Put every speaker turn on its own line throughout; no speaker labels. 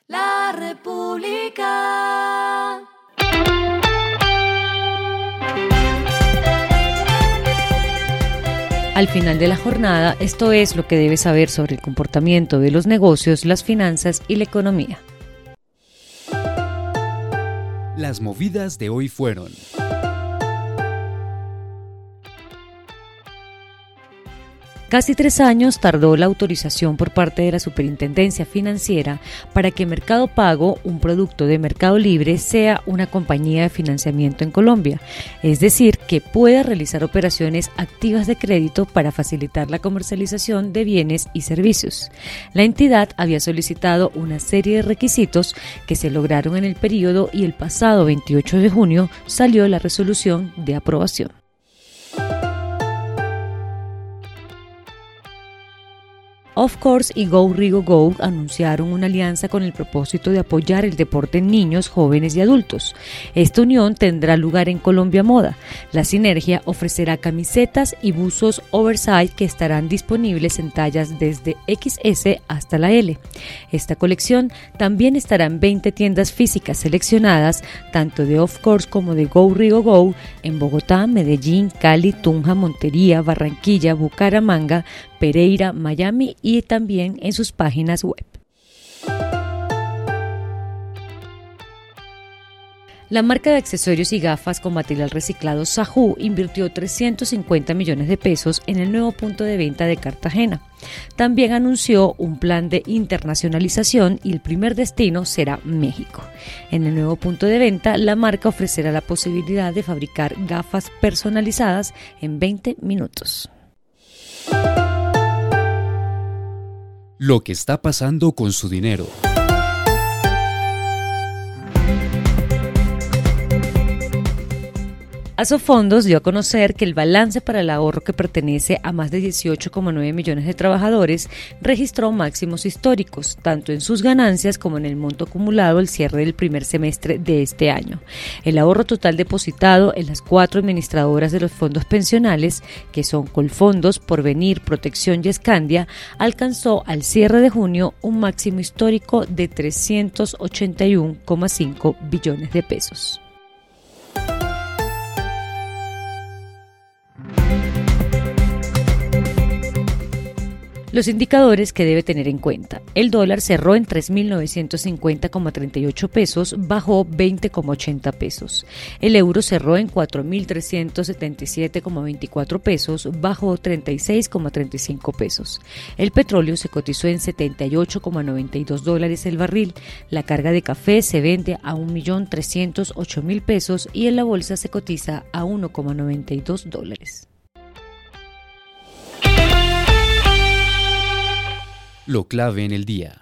La República.
Al final de la jornada, esto es lo que debes saber sobre el comportamiento de los negocios, las finanzas y la economía.
Las movidas de hoy fueron:
Casi 3 años tardó la autorización por parte de la Superintendencia Financiera para que Mercado Pago, un producto de Mercado Libre, sea una compañía de financiamiento en Colombia, es decir, que pueda realizar operaciones activas de crédito para facilitar la comercialización de bienes y servicios. La entidad había solicitado una serie de requisitos que se lograron en el periodo y el pasado 28 de junio salió la resolución de aprobación. Of Course y Go Rigo Go anunciaron una alianza con el propósito de apoyar el deporte en niños, jóvenes y adultos. Esta unión tendrá lugar en Colombia Moda. La sinergia ofrecerá camisetas y buzos oversize que estarán disponibles en tallas desde XS hasta la L. Esta colección también estará en 20 tiendas físicas seleccionadas, tanto de Of Course como de Go Rigo Go, en Bogotá, Medellín, Cali, Tunja, Montería, Barranquilla, Bucaramanga, Pereira, Miami y también en sus páginas web. La marca de accesorios y gafas con material reciclado Sahoo invirtió 350 millones de pesos en el nuevo punto de venta de Cartagena. También anunció un plan de internacionalización y el primer destino será México. En el nuevo punto de venta, la marca ofrecerá la posibilidad de fabricar gafas personalizadas en 20 minutos.
lo que está pasando con su dinero.
Asofondos dio a conocer que el balance para el ahorro, que pertenece a más de 18,9 millones de trabajadores, registró máximos históricos, tanto en sus ganancias como en el monto acumulado al cierre del primer semestre de este año. El ahorro total depositado en las 4 administradoras de los fondos pensionales, que son Colfondos, Porvenir, Protección y Escandia, alcanzó al cierre de junio un máximo histórico de 381,5 billones de pesos. Los indicadores que debe tener en cuenta. El dólar cerró en 3.950,38 pesos, bajó 20,80 pesos. El euro cerró en 4.377,24 pesos, bajó 36,35 pesos. El petróleo se cotizó en $78,92 el barril. La carga de café se vende a 1.308.000 pesos y en la bolsa se cotiza a $1,92.
Lo clave en el día.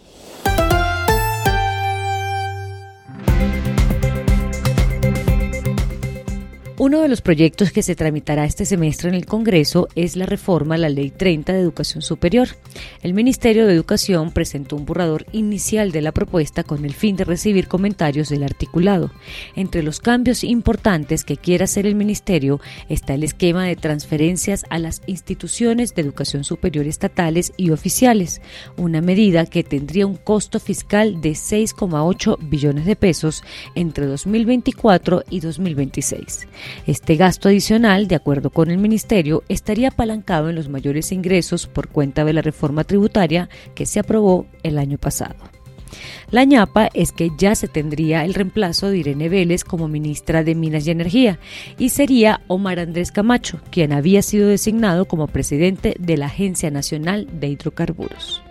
Uno de los proyectos que se tramitará este semestre en el Congreso es la reforma a la Ley 30 de Educación Superior. El Ministerio de Educación presentó un borrador inicial de la propuesta con el fin de recibir comentarios del articulado. Entre los cambios importantes que quiere hacer el Ministerio está el esquema de transferencias a las instituciones de educación superior estatales y oficiales, una medida que tendría un costo fiscal de 6,8 billones de pesos entre 2024 y 2026. Este gasto adicional, de acuerdo con el Ministerio, estaría apalancado en los mayores ingresos por cuenta de la reforma tributaria que se aprobó el año pasado. La ñapa es que ya se tendría el reemplazo de Irene Vélez como ministra de Minas y Energía y sería Omar Andrés Camacho, quien había sido designado como presidente de la Agencia Nacional de Hidrocarburos.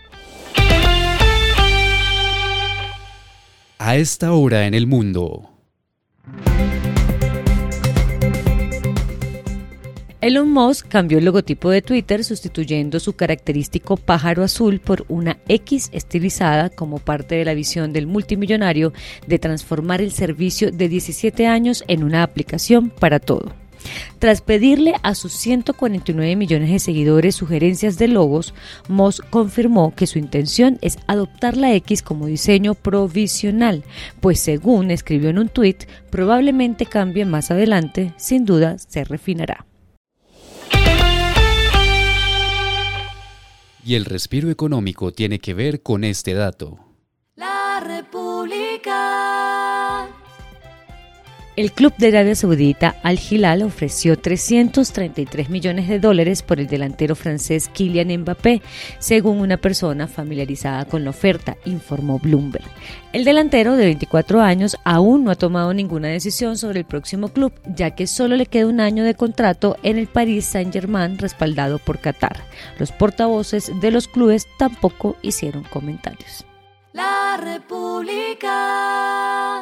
A esta hora en el mundo.
Elon Musk cambió el logotipo de Twitter, sustituyendo su característico pájaro azul por una X estilizada como parte de la visión del multimillonario de transformar el servicio de 17 años en una aplicación para todo. Tras pedirle a sus 149 millones de seguidores sugerencias de logos, Musk confirmó que su intención es adoptar la X como diseño provisional, pues según escribió en un tuit, probablemente cambie más adelante, sin duda se refinará.
Y el respiro económico tiene que ver con este dato.
La República.
El club de Arabia Saudita Al Hilal ofreció $333 millones por el delantero francés Kylian Mbappé, según una persona familiarizada con la oferta, informó Bloomberg. El delantero de 24 años aún no ha tomado ninguna decisión sobre el próximo club, ya que solo le queda un año de contrato en el Paris Saint-Germain respaldado por Qatar. Los portavoces de los clubes tampoco hicieron comentarios.
La República.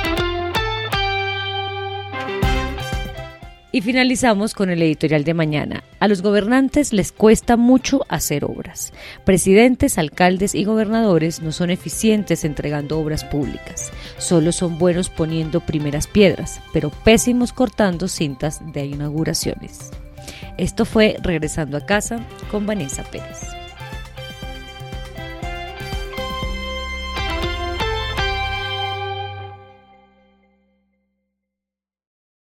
Y finalizamos con el editorial de mañana. A los gobernantes les cuesta mucho hacer obras. Presidentes, alcaldes y gobernadores no son eficientes entregando obras públicas. Solo son buenos poniendo primeras piedras, pero pésimos cortando cintas de inauguraciones. Esto fue Regresando a Casa con Vanessa Pérez.